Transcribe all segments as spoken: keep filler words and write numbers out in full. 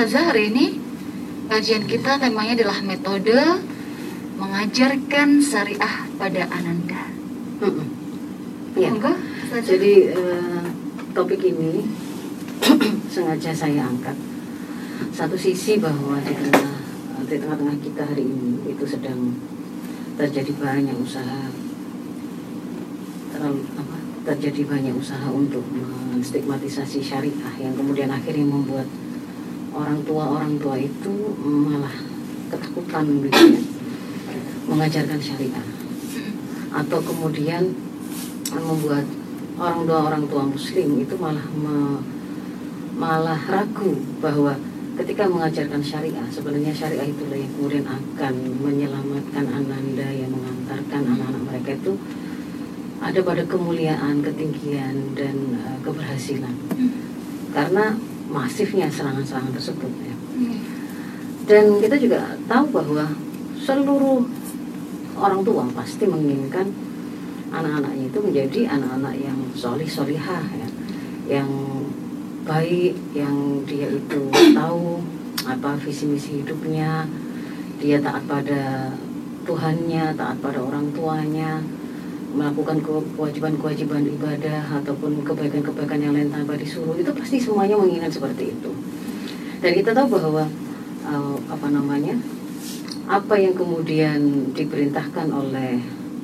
Ustazah, hari ini kajian kita temanya adalah metode mengajarkan syariah pada Ananda. Hmm. Ya. Enggak, Jadi uh, topik ini sengaja saya angkat. Satu sisi bahwa di tengah di tengah-tengah kita hari ini itu sedang terjadi banyak usaha terlalu apa terjadi banyak usaha untuk menstigmatisasi syariah yang kemudian akhirnya membuat orang tua orang tua itu malah ketakutan gitu ya mengajarkan syariah, atau kemudian membuat orang tua orang tua muslim itu malah me, malah ragu bahwa ketika mengajarkan syariah, sebenarnya syariah itulah yang kemudian akan menyelamatkan Ananda, yang mengantarkan anak-anak mereka itu ada pada kemuliaan, ketinggian, dan uh, keberhasilan. Hmm. Karena masifnya serangan-serangan tersebut ya. Hmm. Dan kita juga tahu bahwa seluruh orang tua pasti menginginkan anak-anaknya itu menjadi anak-anak yang solih solihah ya, yang baik, yang dia itu tahu apa visi misi hidupnya, dia taat pada Tuhannya, taat pada orang tuanya, melakukan kewajiban-kewajiban ibadah ataupun kebaikan-kebaikan yang lain tanpa disuruh. Itu pasti semuanya menginginkan seperti itu. Dan kita tahu bahwa uh, apa namanya apa yang kemudian diperintahkan oleh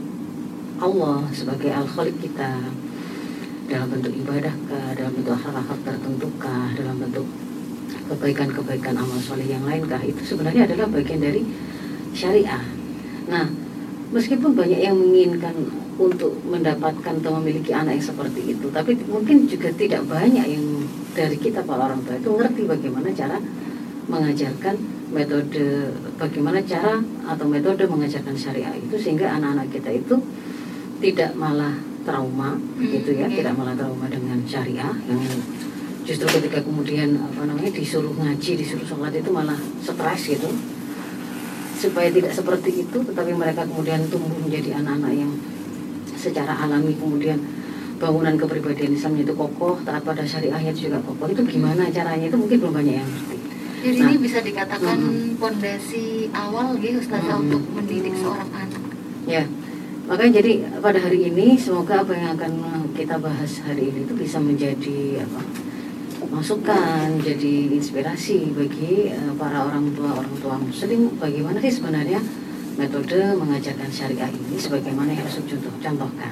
Allah sebagai Al-Khaliq kita dalam bentuk ibadah kah, dalam bentuk hal-hal tertentu kah, dalam bentuk kebaikan-kebaikan amal soleh yang lain kah, itu sebenarnya adalah bagian dari syariah. Nah, meskipun banyak yang menginginkan untuk mendapatkan atau memiliki anak yang seperti itu, tapi mungkin juga tidak banyak yang dari kita para orang tua itu ngerti bagaimana cara mengajarkan metode, bagaimana cara atau metode mengajarkan syariah itu sehingga anak-anak kita itu tidak malah trauma hmm, gitu ya, yeah. tidak malah trauma dengan syariah yang justru ketika kemudian apa namanya disuruh ngaji, disuruh sholat itu malah stres gitu. Supaya tidak seperti itu, tetapi mereka kemudian tumbuh menjadi anak-anak yang secara alami kemudian bangunan kepribadian Islamnya itu kokoh, taat pada syariahnya itu juga kokoh. Itu gimana caranya, itu mungkin belum banyak yang ngerti. Jadi nah, ini bisa dikatakan pondasi mm, awal gitu Ustazah mm, untuk mendidik seorang anak. Ya, makanya jadi pada hari ini semoga apa yang akan kita bahas hari ini itu bisa menjadi apa, masukan, jadi inspirasi bagi uh, para orang tua orang tua muslim bagaimana sih sebenarnya metode mengajarkan syariah ini sebagaimana yang Rasul contoh, contohkan.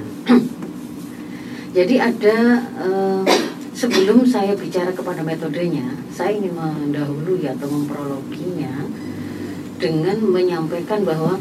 Jadi ada uh, sebelum saya bicara kepada metodenya, saya ingin mendahului atau memprologinya dengan menyampaikan bahwa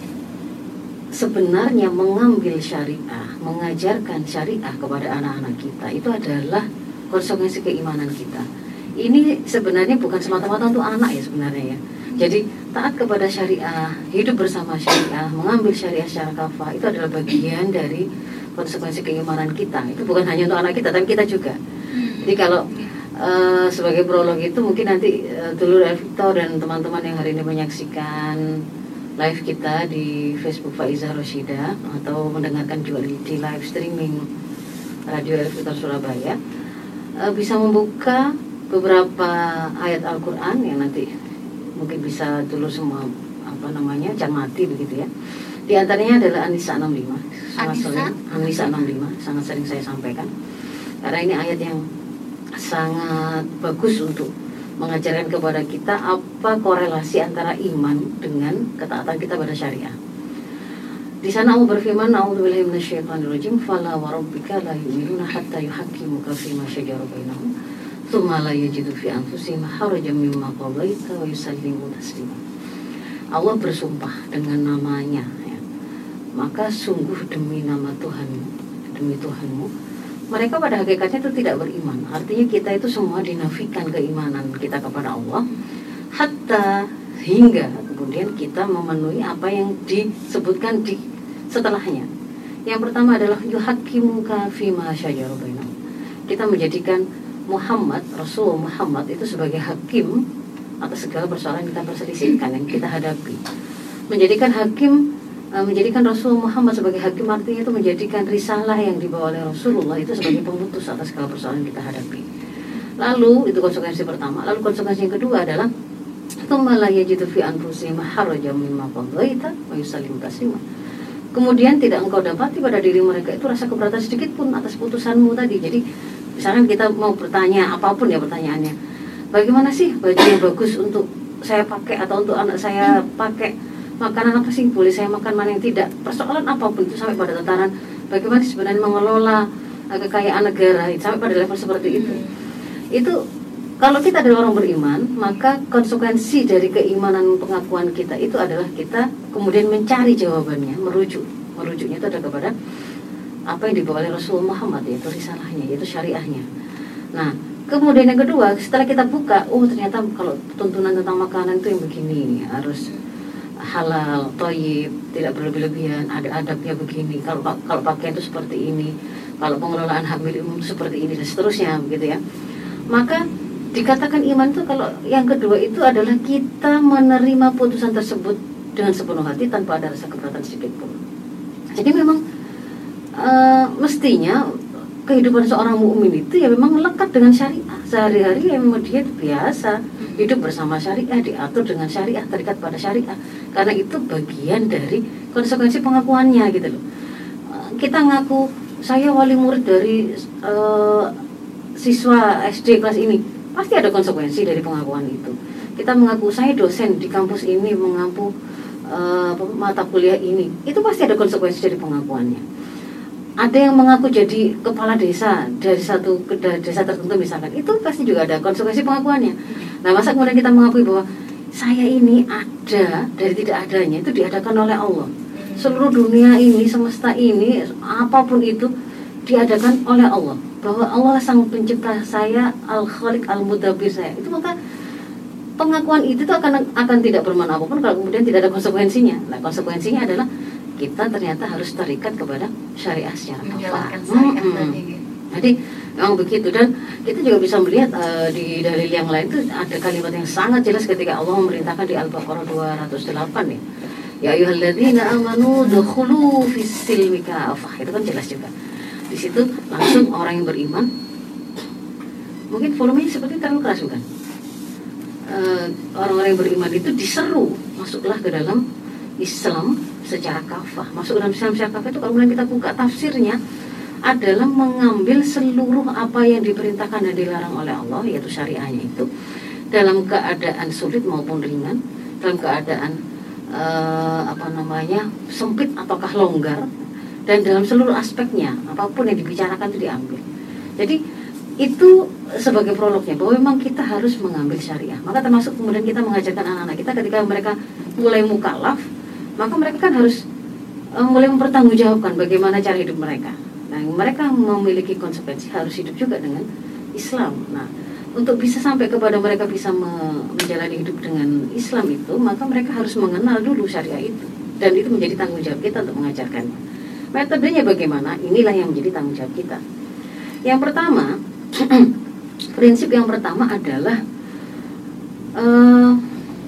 sebenarnya mengambil syariah, mengajarkan syariah kepada anak-anak kita itu adalah konsekuensi keimanan kita. Ini sebenarnya bukan semata-mata untuk anak ya sebenarnya ya. Jadi taat kepada syariah, hidup bersama syariah, mengambil syariah secara kafah itu adalah bagian dari konsekuensi keimanan kita. Itu bukan hanya untuk anak kita, tapi kita juga. Jadi kalau uh, sebagai prolog itu mungkin nanti uh, Dulur Victor dan teman-teman yang hari ini menyaksikan live kita di Facebook Faizah Rosyida atau mendengarkan juga di live streaming Radio Victor Surabaya, uh, bisa membuka beberapa ayat Al-Quran yang nanti mungkin bisa dulu semua apa namanya cermati begitu ya. Di antaranya adalah An-Nisa enam puluh lima. Sangat sering An-Nisa enam puluh lima sangat sering saya sampaikan. Karena ini ayat yang sangat bagus untuk mengajarkan kepada kita apa korelasi antara iman dengan ketaatan kita pada syariah. Di sana Allah berfirman, "A'udzubillahi minasyaitonirrajim, fala wa rabbika la yu'minuna hatta yuhaqqimuka fima shajara bainahum, tsumma la yajidu fi anfusihim harajan mimma qadaita wa yusallimu taslima." Allah bersumpah dengan namanya ya. Maka sungguh demi nama Tuhanmu, demi Tuhanmu, mereka pada hakikatnya itu tidak beriman. Artinya kita itu semua dinafikan keimanan kita kepada Allah, hatta hingga kemudian kita memenuhi apa yang disebutkan di setelahnya. Yang pertama adalah yuhaqqimuka fima syajara bainahum. Kita menjadikan Muhammad, Rasul Muhammad itu sebagai hakim atas segala persoalan yang kita perselisihkan, yang kita hadapi. Menjadikan hakim, menjadikan Rasul Muhammad sebagai hakim artinya itu menjadikan risalah yang dibawa oleh Rasulullah itu sebagai pemutus atas segala persoalan yang kita hadapi. Lalu itu konsekuensi pertama. Lalu konsekuensi yang kedua adalah tsumma la yajidu fi anfusihim harajan mimma qadaita wa yusallimu taslima. Kemudian tidak engkau dapati pada diri mereka itu rasa keberatan sedikit pun atas putusanmu tadi. Jadi misalkan kita mau bertanya apapun ya pertanyaannya, bagaimana sih baju yang bagus untuk saya pakai atau untuk anak saya pakai, makanan apa sih boleh saya makan, mana yang tidak, persoalan apapun itu sampai pada tataran bagaimana sebenarnya mengelola kekayaan negara sampai pada level seperti itu. Itu kalau kita adalah orang beriman, maka konsekuensi dari keimanan pengakuan kita itu adalah kita kemudian mencari jawabannya, merujuk. Merujuknya itu adalah kepada apa yang dibawa oleh Rasulullah Muhammad, yaitu risalahnya, yaitu syariahnya. Nah, kemudian yang kedua, setelah kita buka, oh ternyata kalau tuntunan tentang makanan itu yang begini, harus halal, thayyib, tidak berlebih-lebihan, ada adabnya begini. Kalau kalau pakaian itu seperti ini, kalau pengelolaan hak milik umum seperti ini dan seterusnya, begitu ya. Maka dikatakan iman itu kalau yang kedua itu adalah kita menerima putusan tersebut dengan sepenuh hati tanpa ada rasa keberatan sedikit pun. Jadi memang e, mestinya kehidupan seorang mukmin itu ya memang melekat dengan syariah. Sehari-hari ya memang dia biasa hidup bersama syariah, diatur dengan syariah, terikat pada syariah. Karena itu bagian dari konsekuensi pengakuannya gitu loh. Kita ngaku saya wali murid dari e, siswa S D kelas ini, pasti ada konsekuensi dari pengakuan itu. Kita mengaku saya dosen di kampus ini, mengampu uh, mata kuliah ini, itu pasti ada konsekuensi dari pengakuannya. Ada yang mengaku jadi kepala desa dari satu desa tertentu misalkan, itu pasti juga ada konsekuensi pengakuannya. Nah, masa kemudian kita mengakui bahwa saya ini ada dari tidak adanya, itu diadakan oleh Allah. Seluruh dunia ini, semesta ini, apapun itu diadakan oleh Allah, bahwa Allah sang pencipta saya, al-khaliq, al-mudabbir saya. Itu maka pengakuan itu tuh akan akan tidak bermakna apapun kalau kemudian tidak ada konsekuensinya. Nah, konsekuensinya adalah kita ternyata harus terikat kepada syariah secara kafah. Hmm. Jadi memang begitu, dan kita juga bisa melihat uh, di dalil yang lain itu ada kalimat yang sangat jelas ketika Allah memerintahkan di Al-Baqarah dua ratus delapan ya. Ya ayyuhalladzina amanu dukhulu fis-silmi kafah. Itu kan jelas juga. Di situ langsung orang yang beriman, mungkin volumenya seperti terlalu keras bukan? E, orang-orang yang beriman itu diseru masuklah ke dalam Islam secara kafah. Masuk dalam Islam secara kafah itu kalau kemudian kita buka tafsirnya adalah mengambil seluruh apa yang diperintahkan dan dilarang oleh Allah, yaitu syariahnya itu, dalam keadaan sulit maupun ringan, dalam keadaan e, apa namanya sempit ataukah longgar, dan dalam seluruh aspeknya apapun yang dibicarakan itu diambil. Jadi itu sebagai prolognya bahwa memang kita harus mengambil syariah. Maka termasuk kemudian kita mengajarkan anak-anak kita ketika mereka mulai mukallaf, maka mereka kan harus uh, mulai mempertanggungjawabkan bagaimana cara hidup mereka. Nah, mereka memiliki konsekuensi harus hidup juga dengan Islam. Nah, untuk bisa sampai kepada mereka bisa me- menjalani hidup dengan Islam itu, maka mereka harus mengenal dulu syariah itu, dan itu menjadi tanggung jawab kita untuk mengajarkannya. Metodenya bagaimana? Inilah yang menjadi tanggung jawab kita. Yang pertama, prinsip yang pertama adalah uh,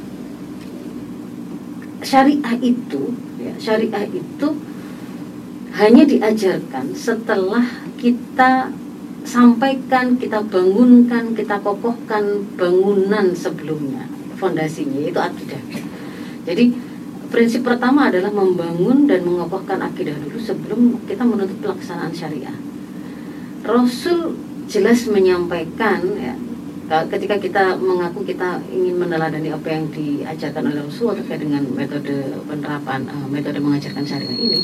syariah itu, ya, syariah itu hanya diajarkan setelah kita sampaikan, kita bangunkan, kita kokohkan bangunan sebelumnya, fondasinya yaitu akidah. Jadi prinsip pertama adalah membangun dan mengokohkan akidah dulu sebelum kita menuntut pelaksanaan syariah. Rasul jelas menyampaikan ya, ketika kita mengaku kita ingin meneladani apa yang diajarkan oleh Rasul terkait dengan metode penerapan, metode mengajarkan syariah ini,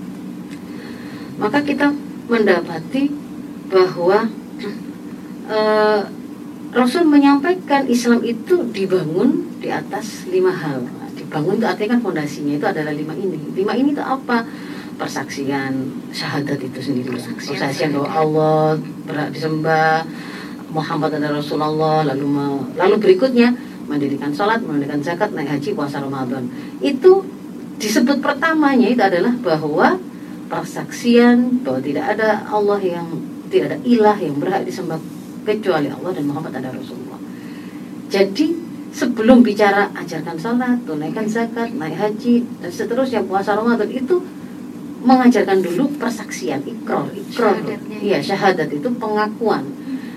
maka kita mendapati bahwa uh, Rasul menyampaikan Islam itu dibangun di atas lima hal. Bangun itu artinya kan fondasinya itu adalah lima ini. Lima ini itu apa? Persaksian, syahadat itu sendiri. Persaksian, Persaksian bahwa Allah berhak disembah, Muhammad adalah Rasulullah. Lalu me, lalu berikutnya mendirikan sholat, mendirikan zakat, naik haji, puasa Ramadan. Itu disebut pertamanya itu adalah bahwa persaksian bahwa tidak ada Allah yang tidak ada ilah yang berhak disembah kecuali Allah dan Muhammad adalah Rasulullah. Jadi sebelum bicara ajarkan sholat, tunaikan zakat, naik haji, dan seterusnya puasa Ramadan, itu mengajarkan dulu persaksian, ikrar, ikrar, iya syahadat itu pengakuan.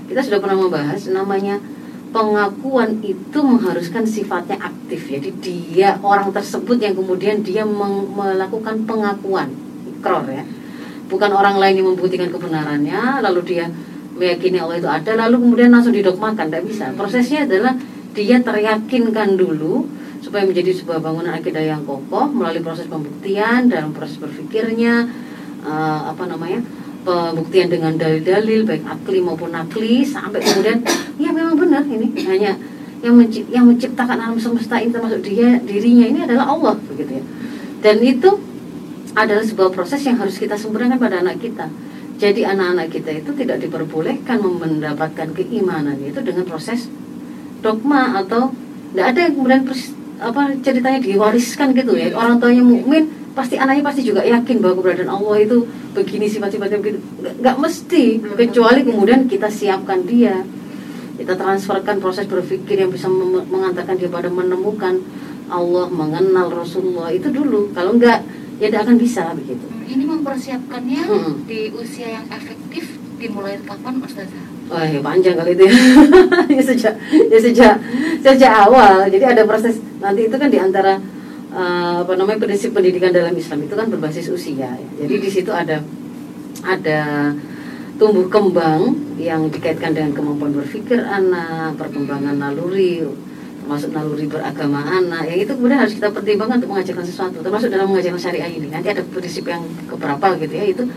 kita sudah pernah membahas namanya pengakuan itu mengharuskan sifatnya aktif. Jadi dia orang tersebut yang kemudian dia meng- melakukan pengakuan, ikrar ya. Bukan orang lain yang membuktikan kebenarannya, lalu dia meyakini Allah itu ada, lalu kemudian langsung didogmakan, tidak bisa. Prosesnya adalah dia teryakinkan dulu supaya menjadi sebuah bangunan akidah yang kokoh melalui proses pembuktian dalam proses berpikirnya, uh, apa namanya, pembuktian dengan dalil-dalil baik akli maupun nakli, sampai kemudian ya memang benar ini hanya yang, mencipt, yang menciptakan alam semesta ini termasuk dia dirinya ini adalah Allah begitu ya. Dan itu adalah sebuah proses yang harus kita sempurnakan pada anak kita. Jadi anak-anak kita itu tidak diperbolehkan mendapatkan keimanan itu dengan proses dogma atau tidak ada yang kemudian apa ceritanya diwariskan gitu ya. Orang tuanya mukmin pasti anaknya pasti juga yakin bahwa keberadaan Allah itu begini sifat-sifatnya begitu. Nggak mesti, kecuali kemudian kita siapkan dia, kita transferkan proses berpikir yang bisa mem- mengantarkan dia pada menemukan Allah, mengenal Rasulullah itu dulu. Kalau enggak ya tidak akan bisa begitu. Ini mempersiapkannya hmm. di usia yang efektif dimulai kapan, Ustazah? Wah, ya panjang kali itu ya. ya sejak ya sejak sejak awal. Jadi ada proses nanti itu kan di antara uh, apa namanya prinsip pendidikan dalam Islam itu kan berbasis usia ya. Jadi di situ ada ada tumbuh kembang yang dikaitkan dengan kemampuan berpikir anak, perkembangan naluri, termasuk naluri beragama anak. Yang itu kemudian harus kita pertimbangkan untuk mengajarkan sesuatu, termasuk dalam mengajarkan syariah ini. Nanti ada prinsip yang keberapa gitu ya, itu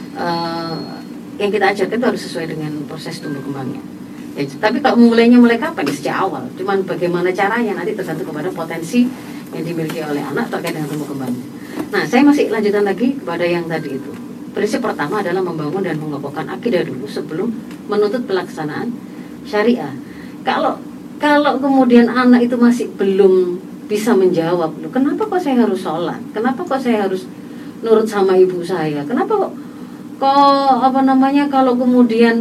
uh, yang kita ajarkan itu harus sesuai dengan proses tumbuh kembangnya. Ya, tapi kalau mulainya mulai kapan? Ya, sejak awal. Cuman bagaimana caranya nanti tergantung kepada potensi yang dimiliki oleh anak terkait dengan tumbuh kembangnya. Nah, saya masih lanjutkan lagi kepada yang tadi itu. Prinsip pertama adalah membangun dan mengokohkan akidah dulu sebelum menuntut pelaksanaan syariah. Kalau kalau kemudian anak itu masih belum bisa menjawab, loh, kenapa kok saya harus sholat? Kenapa kok saya harus nurut sama ibu saya? Kenapa kok kok apa namanya kalau kemudian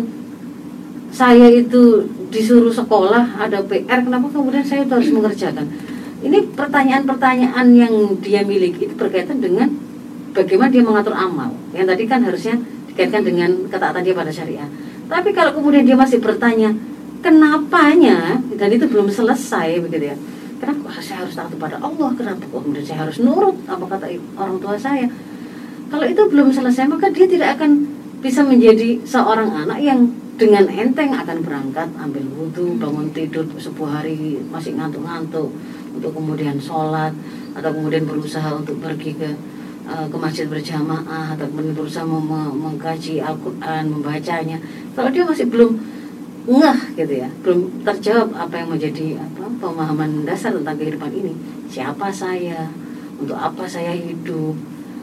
saya itu disuruh sekolah ada P R, kenapa kemudian saya itu harus mengerjakan? Ini pertanyaan-pertanyaan yang dia miliki itu berkaitan dengan bagaimana dia mengatur amal. Yang tadi kan harusnya dikaitkan dengan ketaatan dia pada syariah. Tapi kalau kemudian dia masih bertanya kenapanya dan itu belum selesai begitu ya. Kenapa saya harus taat kepada Allah? Kenapa kemudian saya harus nurut apa kata orang tua saya? Kalau itu belum selesai, maka dia tidak akan bisa menjadi seorang anak yang dengan enteng akan berangkat, ambil wudhu, bangun tidur sebuah hari masih ngantuk-ngantuk untuk kemudian sholat, atau kemudian berusaha untuk pergi ke uh, ke masjid berjamaah, atau kemudian berusaha mem- mengkaji Al-Quran, membacanya. Kalau dia masih belum ngeh gitu ya, belum terjawab apa yang menjadi apa pemahaman dasar tentang kehidupan ini, siapa saya, untuk apa saya hidup,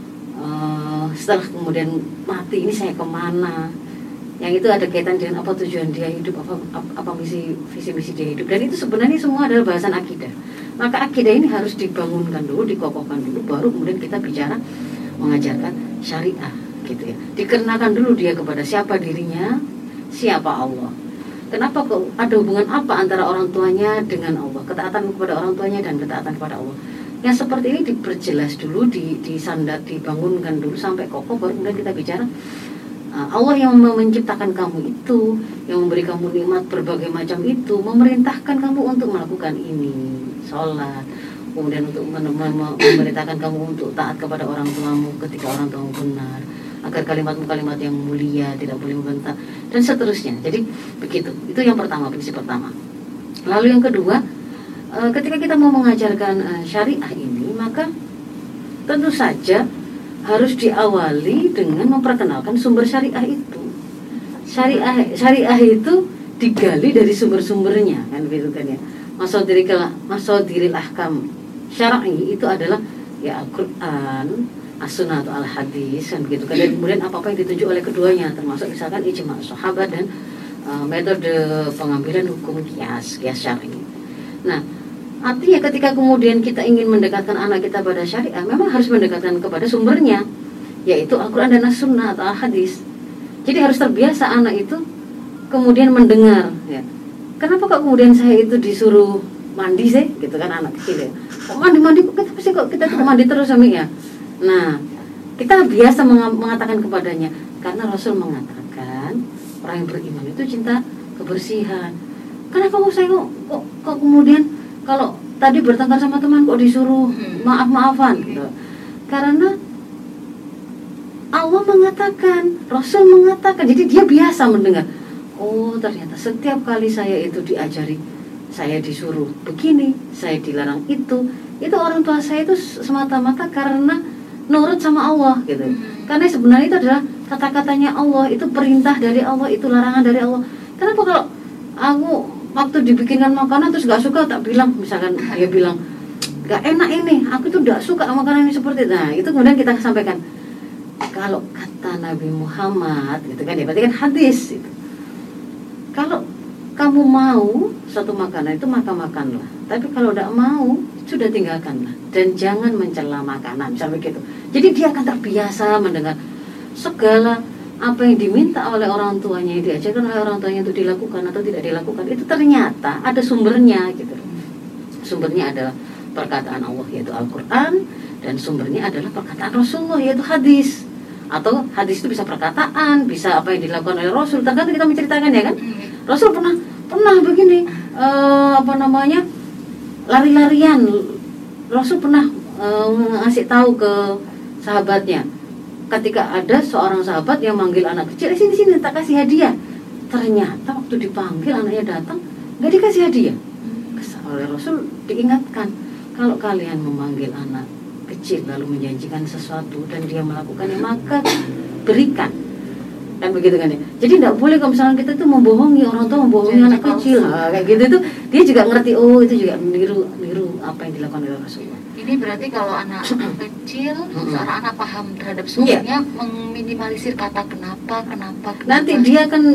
Uh, setelah kemudian mati ini saya kemana, yang itu ada kaitan dengan apa tujuan dia hidup, apa apa, apa misi visi misi dia hidup, dan itu sebenarnya semua adalah bahasan akidah. Maka akidah ini harus dibangunkan dulu, dikokohkan dulu, baru kemudian kita bicara mengajarkan syariah gitu ya. Dikenakan dulu dia kepada siapa dirinya, siapa Allah. Kenapa kok ada hubungan apa antara orang tuanya dengan Allah, ketaatan kepada orang tuanya dan ketaatan kepada Allah. Yang seperti ini diperjelas dulu, disandar, dibangunkan dulu sampai kokoh, baru kemudian kita bicara Allah yang menciptakan kamu itu, yang memberi kamu nikmat berbagai macam itu, memerintahkan kamu untuk melakukan ini, sholat, kemudian untuk memerintahkan kamu untuk taat kepada orang tuamu ketika orang tuamu benar, agar kalimat-kalimat yang mulia tidak boleh membentak, dan seterusnya. Jadi begitu, itu yang pertama, prinsip pertama. Lalu yang kedua, ketika kita mau mengajarkan syariah ini, maka tentu saja harus diawali dengan memperkenalkan sumber syariah itu. Syariah syariah itu digali dari sumber-sumbernya, kan begitu kan ya. Masadiril masadiril ahkam syar'i itu adalah ya Al-Qur'an, As-Sunnah atau Al-Hadis, kan begitu kan. Dan kemudian apa-apa yang ditunjuk oleh keduanya, termasuk misalkan ijma' sahabat dan uh, metode pengambilan hukum qiyas, qiyas syar'i. Nah, artinya ketika kemudian kita ingin mendekatkan anak kita pada syariah, memang harus mendekatkan kepada sumbernya, yaitu Al-Quran dan As-Sunnah atau Al-Hadis. Jadi harus terbiasa anak itu kemudian mendengar ya. Kenapa kok kemudian saya itu disuruh mandi sih? Gitu kan anak kecil ya. Kok mandi-mandi kok kita pasti kok kita tuh mandi terus sama ya. Nah, kita biasa mengatakan kepadanya, karena Rasul mengatakan orang yang beriman itu cinta kebersihan. Kenapa kok saya kok, kok, kok kemudian kalau tadi bertengkar sama teman kok disuruh maaf-maafan gitu. Karena Allah mengatakan, Rasul mengatakan, jadi dia biasa mendengar. Oh ternyata setiap kali saya itu diajari, saya disuruh begini, saya dilarang itu, itu orang tua saya itu semata-mata karena nurut sama Allah gitu. Karena sebenarnya itu adalah kata-katanya Allah, itu perintah dari Allah, itu larangan dari Allah. Kenapa kalau aku waktu dibikinkan makanan terus gak suka, tak bilang, misalkan dia bilang gak enak ini, aku tuh gak suka makanan ini seperti itu. Nah itu kemudian kita sampaikan, kalau kata Nabi Muhammad gitu kan ya, berarti kan hadis gitu. Kalau kamu mau suatu makanan itu maka makanlah, tapi kalau tidak mau sudah tinggalkanlah dan jangan mencela makanan, misalnya begitu. Jadi dia akan terbiasa mendengar segala apa yang diminta oleh orang tuanya, diajarkan oleh orang tuanya itu dilakukan atau tidak dilakukan, itu ternyata ada sumbernya gitu. Sumbernya adalah perkataan Allah yaitu Al-Quran, dan sumbernya adalah perkataan Rasulullah yaitu hadis. Atau hadis itu bisa perkataan, bisa apa yang dilakukan oleh Rasul, tergantung kita menceritakan ya kan. Rasul pernah pernah begini uh, apa namanya lari-larian. Rasul pernah uh, ngasih tahu ke sahabatnya ketika ada seorang sahabat yang manggil anak kecil, eh sini sini tak kasih hadiah. Ternyata waktu dipanggil anaknya datang nggak dikasih hadiah. Oleh Rasul diingatkan, kalau kalian memanggil anak kecil lalu menjanjikan sesuatu dan dia melakukannya, maka berikan, kan begitu kan ya. Jadi tidak boleh kalau misalnya kita itu membohongi orang tua, membohongi janji anak palsu. Kecil nah, kayak gitu itu dia juga ngerti, oh itu juga niru niru apa yang dilakukan oleh Rasulullah. Ini berarti kalau anak kecil seorang anak paham terhadap sumbernya, yeah. meminimalisir kata kenapa kenapa, kenapa. Nanti dia akan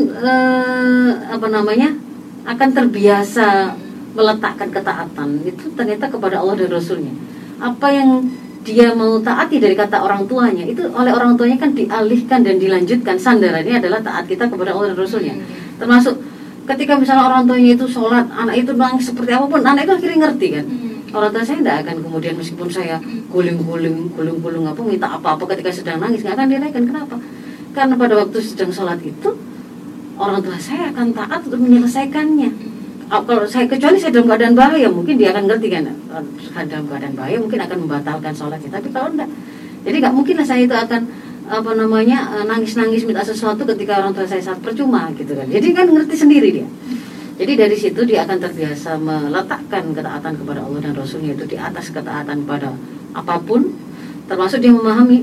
eh, apa namanya akan terbiasa meletakkan ketaatan itu ternyata kepada Allah dan Rasulnya. Apa yang dia mau taati dari kata orang tuanya itu oleh orang tuanya kan dialihkan dan dilanjutkan. Sandarannya adalah taat kita kepada Allah dan Rasulnya. hmm. Termasuk ketika misalnya orang tuanya itu sholat, anak itu nangis seperti apapun, anak itu akhirnya ngerti kan. hmm. Orang tua saya tidak akan kemudian meskipun saya guling-guling guling-guling apa minta apa-apa ketika sedang nangis, nggak akan dinaikkan. Kenapa? Karena pada waktu sedang sholat itu orang tua saya akan taat untuk menyelesaikannya. Kalau saya, kecuali saya dalam keadaan bahaya, mungkin dia akan ngerti kan, dalam keadaan bahaya mungkin akan membatalkan sholatnya. Tapi kalau enggak, jadi nggak mungkin lah saya itu akan apa namanya nangis-nangis minta sesuatu ketika orang tua saya saat percuma gitu kan. Jadi kan ngerti sendiri dia. Jadi dari situ dia akan terbiasa meletakkan ketaatan kepada Allah dan Rasulnya itu di atas ketaatan pada apapun, termasuk dia memahami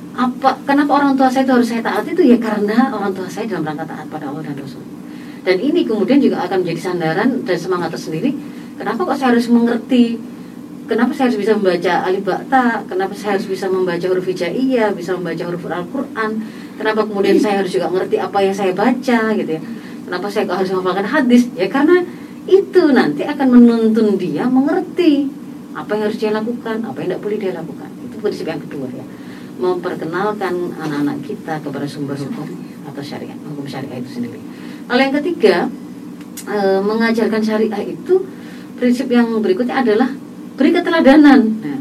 apa kenapa orang tua saya itu harus saya taat itu ya karena orang tua saya dalam rangka taat pada Allah dan Rasul. Dan ini kemudian juga akan menjadi sandaran dan semangat tersendiri. Kenapa kok saya harus mengerti? Kenapa saya harus bisa membaca alif ba ta? Kenapa saya harus bisa membaca huruf hijaiyah, bisa membaca huruf Al-Quran? Kenapa kemudian saya harus juga mengerti apa yang saya baca gitu ya? Kenapa saya harus menghafalkan hadis? Ya karena itu nanti akan menuntun dia mengerti apa yang harus dia lakukan, apa yang tidak boleh dia lakukan. Itu prinsip yang kedua ya. Memperkenalkan anak-anak kita kepada sumber hukum atau syariat, hukum syariah itu sendiri. Lalu yang ketiga, e, mengajarkan syariah itu prinsip yang berikutnya adalah beri keteladanan. Nah,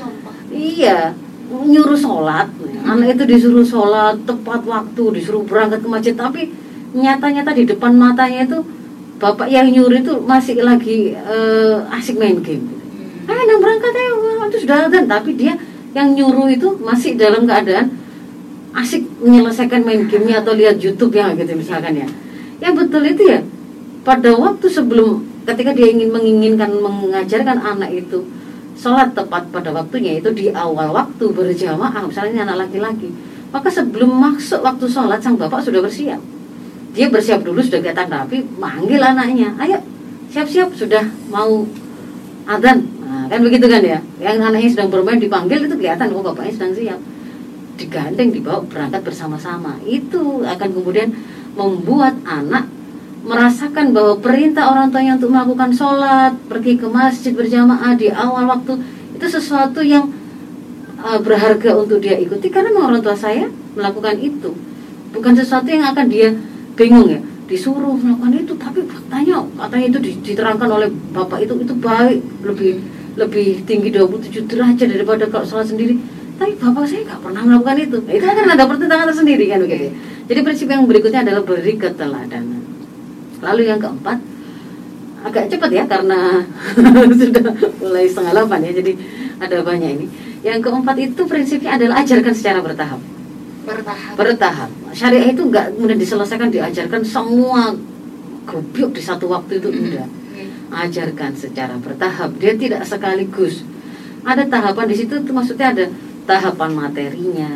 iya, nyuruh sholat, anak itu disuruh sholat tepat waktu, disuruh berangkat ke masjid, tapi nyata-nyata di depan matanya itu bapak yang nyuruh itu masih lagi e, asik main game. Ah, yang berangkat ya, itu sudah adzan, tapi dia yang nyuruh itu masih dalam keadaan asik menyelesaikan main gamenya atau lihat YouTube ya gitu misalkan ya. Yang betul itu ya pada waktu sebelum ketika dia ingin menginginkan mengajarkan anak itu sholat tepat pada waktunya itu di awal waktu berjamaah misalnya anak laki-laki, maka sebelum masuk waktu sholat sang bapak sudah bersiap. Dia bersiap dulu sudah kelihatan rapi, manggil anaknya, ayo siap-siap sudah mau adzan. Nah, kan begitu kan ya. Yang anaknya sedang bermain dipanggil itu kelihatan oh bapaknya sedang siap. Digandeng dibawa berangkat bersama-sama. Itu akan kemudian membuat anak merasakan bahwa perintah orang tuanya untuk melakukan sholat, pergi ke masjid berjamaah di awal waktu itu sesuatu yang uh, berharga untuk dia ikuti karena memang orang tua saya melakukan itu. Bukan sesuatu yang akan dia bingung ya, disuruh melakukan itu, tapi faktanya katanya itu diterangkan oleh bapak itu itu baik, lebih lebih tinggi dua puluh tujuh derajat daripada kalau sholat sendiri. Tapi bapak saya nggak pernah melakukan itu. Itu kan ada pertentangan tersendiri kan begitu. Jadi prinsip yang berikutnya adalah beri keteladanan. Lalu yang keempat, agak cepat ya karena sudah mulai setengah delapan ya, jadi ada banyak ini. Yang keempat itu prinsipnya adalah ajarkan secara bertahap. Bertahap. Bertahap. Syariah itu enggak kemudian diselesaikan, diajarkan semua gobyok di satu waktu itu, enggak. Ajarkan secara bertahap. Dia tidak sekaligus. Ada tahapan di situ, itu maksudnya ada tahapan materinya,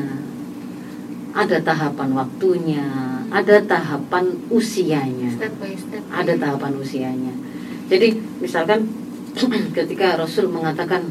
ada tahapan waktunya, ada tahapan usianya. Step by step. Ada tahapan usianya. Jadi misalkan ketika Rasul mengatakan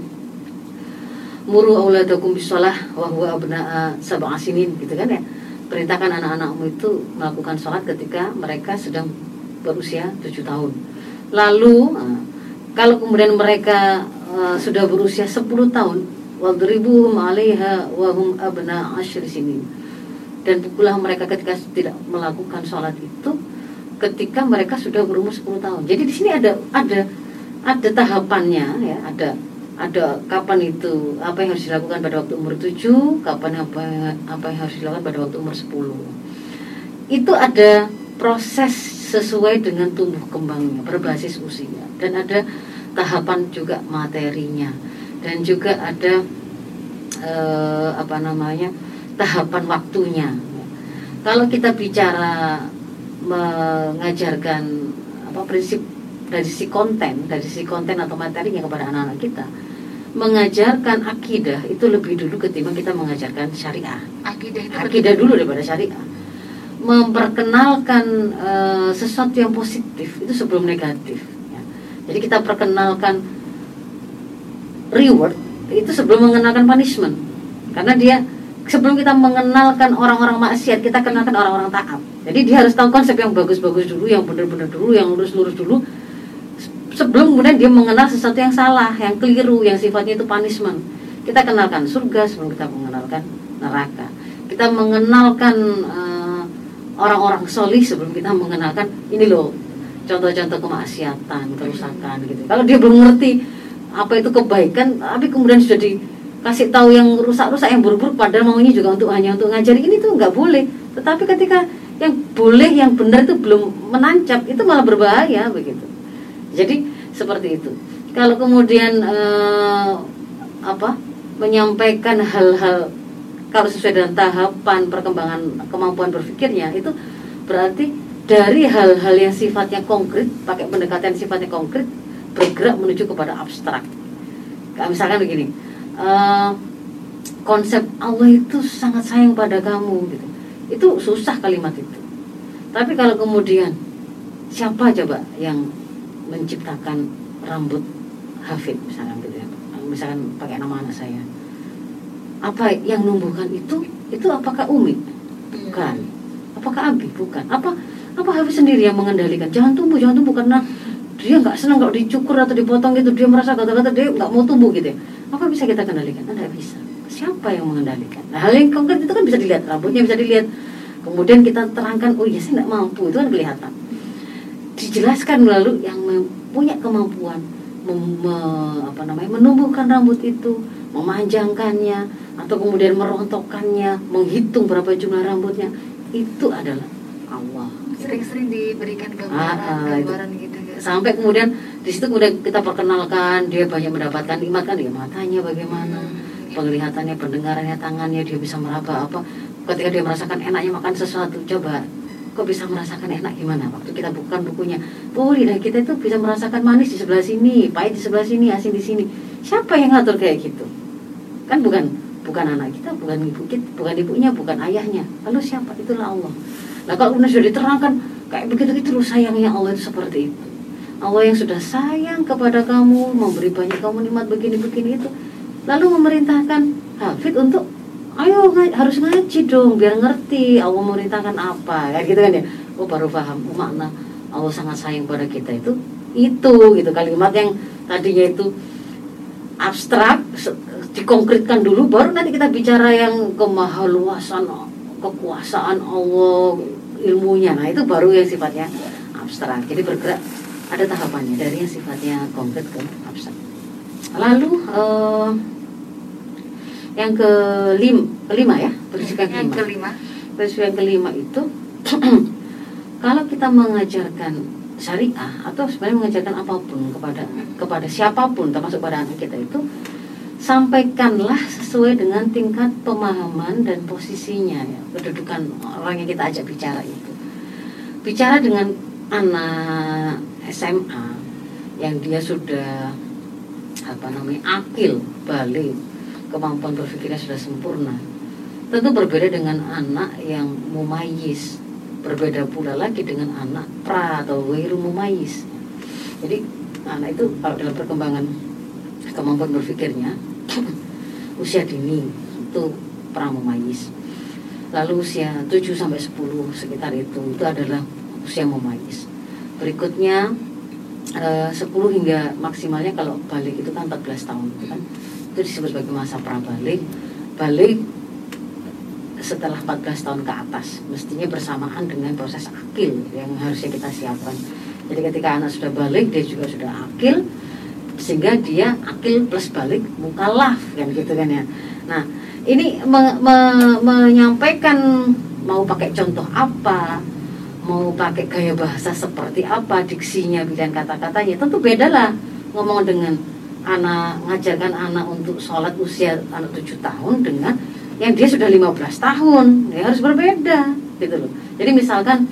muru auladakum bisolah wa huwa abna'a sab'a sinin, gitu kan ya. Perintahkan anak-anakmu itu melakukan sholat ketika mereka sedang berusia tujuh tahun. Lalu kalau kemudian mereka uh, sudah berusia sepuluh tahun, wadribuhum 'alaiha wa hum abna'a asyri sinin. Dan pukullah mereka ketika tidak melakukan sholat itu ketika mereka sudah berumur sepuluh tahun. Jadi di sini ada ada ada tahapannya ya, ada ada kapan itu, apa yang harus dilakukan pada waktu umur tujuh, kapan apa apa yang harus dilakukan pada waktu umur sepuluh. Itu ada proses sesuai dengan tumbuh kembangnya, berbasis usia, dan ada tahapan juga materinya, dan juga ada eh, apa namanya tahapan waktunya. Kalau kita bicara mengajarkan apa prinsip dari si konten, dari si konten atau materinya kepada anak-anak kita, mengajarkan akidah itu lebih dulu ketimbang kita mengajarkan syariah. Akidah itu Akidah dulu daripada syariah. Memperkenalkan e, sesuatu yang positif itu sebelum negatif. Ya. Jadi kita perkenalkan reward itu sebelum mengenalkan punishment. Karena dia sebelum kita mengenalkan orang-orang maksiat, kita kenalkan orang-orang taat. Jadi dia harus tahu konsep yang bagus-bagus dulu, yang benar-benar dulu, yang lurus-lurus dulu, sebelum kemudian dia mengenal sesuatu yang salah, yang keliru, yang sifatnya itu punishment. Kita kenalkan surga sebelum kita mengenalkan neraka. Kita mengenalkan uh, orang-orang solih sebelum kita mengenalkan ini loh contoh-contoh kemaksiatan, kerusakan gitu. Kalau dia belum ngerti apa itu kebaikan, tapi kemudian sudah dikasih tahu yang rusak-rusak, yang buruk-buruk, padahal maunya juga untuk hanya untuk ngajari, ini tuh nggak boleh. Tetapi ketika yang boleh, yang benar itu belum menancap, itu malah berbahaya begitu. Jadi seperti itu. Kalau kemudian eh, apa menyampaikan hal-hal kalau sesuai dengan tahapan perkembangan kemampuan berpikirnya, itu berarti dari hal-hal yang sifatnya konkret, pakai pendekatan sifatnya konkret, bergerak menuju kepada abstrak. Kayak misalkan begini, eh, konsep Allah itu sangat sayang pada kamu gitu. Itu susah kalimat itu. Tapi kalau kemudian siapa coba yang menciptakan rambut Hafid misalkan gitu ya, misalkan pakai nama anak saya, apa yang numbuhkan itu itu apakah Umi? Bukan. Apakah Abi? Bukan. Apa apa Hafid sendiri yang mengendalikan? Jangan tumbuh, jangan tumbuh karena dia nggak senang kalau dicukur atau dipotong gitu, dia merasa kata-kata dia nggak mau tumbuh gitu ya. Apa bisa kita kendalikan? Tidak bisa. Siapa yang mengendalikan? Nah, hal yang konkret itu kan bisa dilihat, rambutnya bisa dilihat. Kemudian kita terangkan, oh iya saya nggak mampu, itu kan kelihatan. Dijelaskan lalu yang punya kemampuan mem, apa namanya menumbuhkan rambut itu, memanjangkannya, atau kemudian merontokkannya, menghitung berapa jumlah rambutnya, itu adalah Allah. Sering-sering diberikan gambaran-gambaran gitu ya. Sampai kemudian di situ kemudian kita perkenalkan, dia banyak mendapatkan nikmat kan, dia matanya bagaimana, hmm. penglihatannya, pendengarannya, tangannya, dia bisa meraba apa. Ketika dia merasakan enaknya makan sesuatu, coba kok bisa merasakan enak gimana? Waktu kita bukan bukunya, oh lidah kita itu bisa merasakan manis di sebelah sini, pahit di sebelah sini, asin di sini. Siapa yang ngatur kayak gitu? Kan bukan bukan anak kita, bukan ibu kita, bukan ibunya, bukan ayahnya. Lalu siapa? Itulah Allah. Nah kalau kemudian sudah diterangkan kayak begitu, itu loh sayangnya Allah itu seperti itu. Allah yang sudah sayang kepada kamu, memberi banyak kamu nikmat begini-begini itu, lalu memerintahkan Hafid untuk ayo harus ngaji dong biar ngerti Allah memerintahkan apa, kayak gitu kan ya. Oh baru paham oh, makna Allah sangat sayang pada kita itu itu gitu. Kalimat yang tadinya itu abstrak dikonkretkan dulu, baru nanti kita bicara yang kemahaluasan kekuasaan Allah, ilmunya. Nah itu baru yang sifatnya abstrak. Jadi bergerak ada tahapannya dari yang sifatnya konkret ke abstrak. Lalu uh, yang kelima, kelima ya, prinsip yang, yang kelima. kelima. Prinsip yang kelima itu kalau kita mengajarkan syariah atau sebenarnya mengajarkan apapun kepada kepada siapapun termasuk pada anak kita itu, sampaikanlah sesuai dengan tingkat pemahaman dan posisinya ya, kedudukan orang yang kita ajak bicara itu. Bicara dengan anak S M A yang dia sudah apa namanya akil, balik, kemampuan berpikirnya sudah sempurna, tentu berbeda dengan anak yang mumayyiz. Berbeda pula lagi dengan anak pra atau ghairu mumayyiz. Jadi anak itu kalau dalam perkembangan kemampuan berpikirnya usia dini itu pra mumayyiz. Lalu usia tujuh sampai sepuluh sekitar itu itu adalah usia mumayyiz. Berikutnya eh, sepuluh hingga maksimalnya kalau balik itu kan empat belas tahun kan. Itu disebut sebagai masa pra balik. Balik setelah empat belas tahun ke atas mestinya bersamaan dengan proses akil yang harusnya kita siapkan. Jadi ketika anak sudah balik dia juga sudah akil, sehingga dia akil plus balik mukallaf kan gitu kan ya. Nah ini me- me- menyampaikan mau pakai contoh apa, mau pakai gaya bahasa seperti apa, diksinya, pilihan kata-katanya tentu beda lah ngomong dengan anak, ngajarkan anak untuk sholat usia anak tujuh tahun dengan yang dia sudah lima belas tahun, ya harus berbeda gitu loh. Jadi misalkan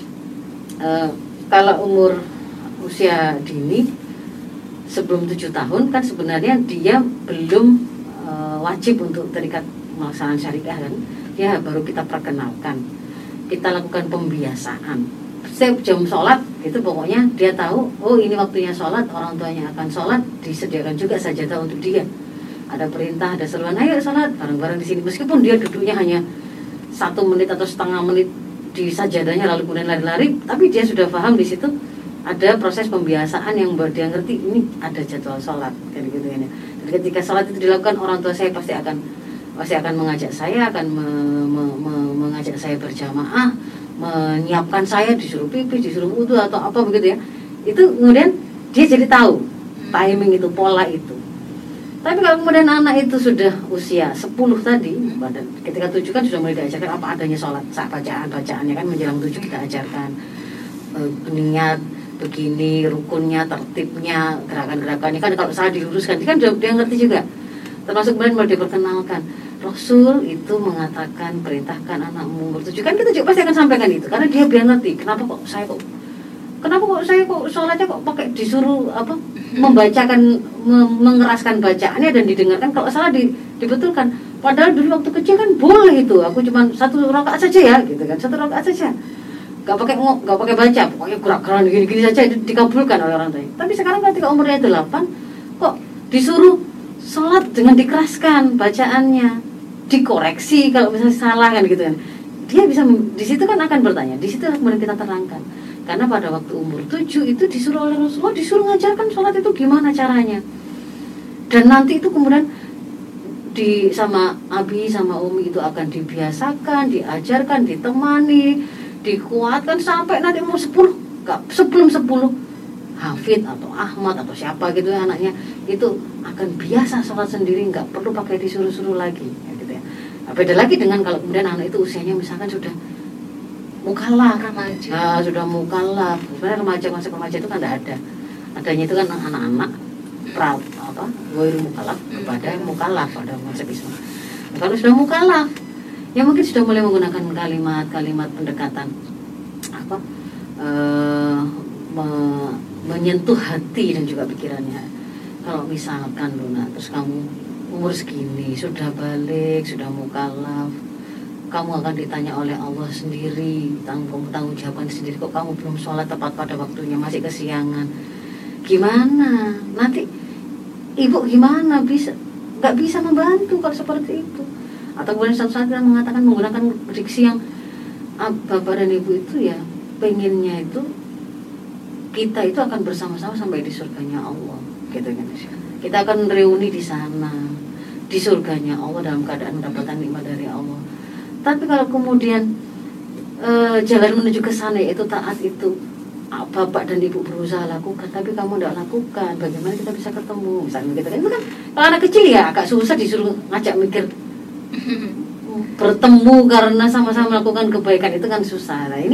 e, kalau umur usia dini sebelum tujuh tahun kan sebenarnya dia belum e, wajib untuk terikat melaksanakan syariah kan. Ya baru kita perkenalkan, kita lakukan pembiasaan. Setiap jam sholat itu pokoknya dia tahu, oh ini waktunya sholat, orang tuanya akan sholat, disediakan juga sajadah untuk dia. Ada perintah, ada seruan, ayo sholat bareng-bareng di sini. Meskipun dia duduknya hanya satu menit atau setengah menit di sajadahnya lalu kemudian lari-lari, tapi dia sudah paham di situ ada proses pembiasaan yang buat dia ngerti ini ada jadwal sholat kayak gitu ya. Dan ketika sholat itu dilakukan, orang tua saya pasti akan pasti akan mengajak saya, akan me, me, me, mengajak saya berjamaah, menyiapkan saya, disuruh pipis, disuruh wudu atau apa begitu ya. Itu kemudian dia jadi tahu timing itu, pola itu. Tapi kalau kemudian anak itu sudah usia sepuluh tadi, ketika tujuh kan sudah mulai diajarkan apa adanya sholat, saat bacaan-bacaannya kan menjelang tujuh kita ajarkan e, niat, begini, rukunnya, tertibnya, gerakan-gerakannya kan kalau salah diluruskan, dia kan dia, dia ngerti juga. Termasuk kemudian mulai diperkenalkan, Rasul itu mengatakan perintahkan anakmu umur tujuh, kan kita juga pasti akan sampaikan itu, karena dia biar ngerti, kenapa kok saya kok Kenapa kok saya kok sholatnya kok pakai disuruh apa membacakan, mengeraskan bacaannya dan didengarkan, kalau salah di, dibetulkan. Padahal dulu waktu kecil kan boleh itu, aku cuma satu rakaat saja ya, gitu kan, satu rakaat saja, nggak pakai nggak pakai baca, pokoknya gerak-gerak gini-gini saja itu dikabulkan oleh orang tua. Tapi sekarang ketika umurnya delapan, kok disuruh sholat dengan dikeraskan bacaannya, dikoreksi kalau misalnya salah kan gitu kan. Dia bisa di situ kan akan bertanya, di situ kemudian kita terangkan. Karena pada waktu umur tujuh itu disuruh oleh Rasulullah, disuruh ngajarkan sholat itu gimana caranya. Dan nanti itu kemudian di sama Abi sama Umi itu akan dibiasakan, diajarkan, ditemani, dikuatkan sampai nanti umur sepuluh. Gak, sebelum sepuluh Hafid atau Ahmad atau siapa gitu ya anaknya itu akan biasa sholat sendiri, nggak perlu pakai disuruh-suruh lagi ya, gitu ya. Nah, beda lagi dengan kalau kemudian anak itu usianya misalkan sudah mukallaf, remaja. Nah, sudah mukallaf. Sebenarnya remaja, konsep remaja itu kan tidak ada. Adanya itu kan anak-anak pra apa, ghairu mukallaf kepada mukallaf pada konsep Islam. Nah, kalau sudah mukallaf, ya mungkin sudah mulai menggunakan kalimat-kalimat pendekatan apa e, me, menyentuh hati dan juga pikirannya. Kalau misalkan Luna, terus kamu umur segini sudah balik, sudah mukallaf, kamu akan ditanya oleh Allah sendiri, tanggung tanggung jawaban sendiri, kok kamu belum sholat tepat pada waktunya, masih kesiangan, gimana nanti ibu gimana bisa nggak bisa membantu kalau seperti itu. Atau kemudian satu saat kita mengatakan menggunakan diksi yang bapak dan ibu itu ya pengennya itu kita itu akan bersama-sama sampai di surganya Allah gitu kan. Kita akan reuni di sana di surganya Allah dalam keadaan mendapatkan nikmat dari Allah. Tapi kalau kemudian e, jalan menuju ke sana itu taat itu bapak dan ibu berusaha lakukan, tapi kamu tidak lakukan, bagaimana kita bisa ketemu? Misalnya gitu kan, itu kan kalau anak kecil ya agak susah disuruh ngajak mikir bertemu karena sama-sama melakukan kebaikan itu kan susah. Nah ini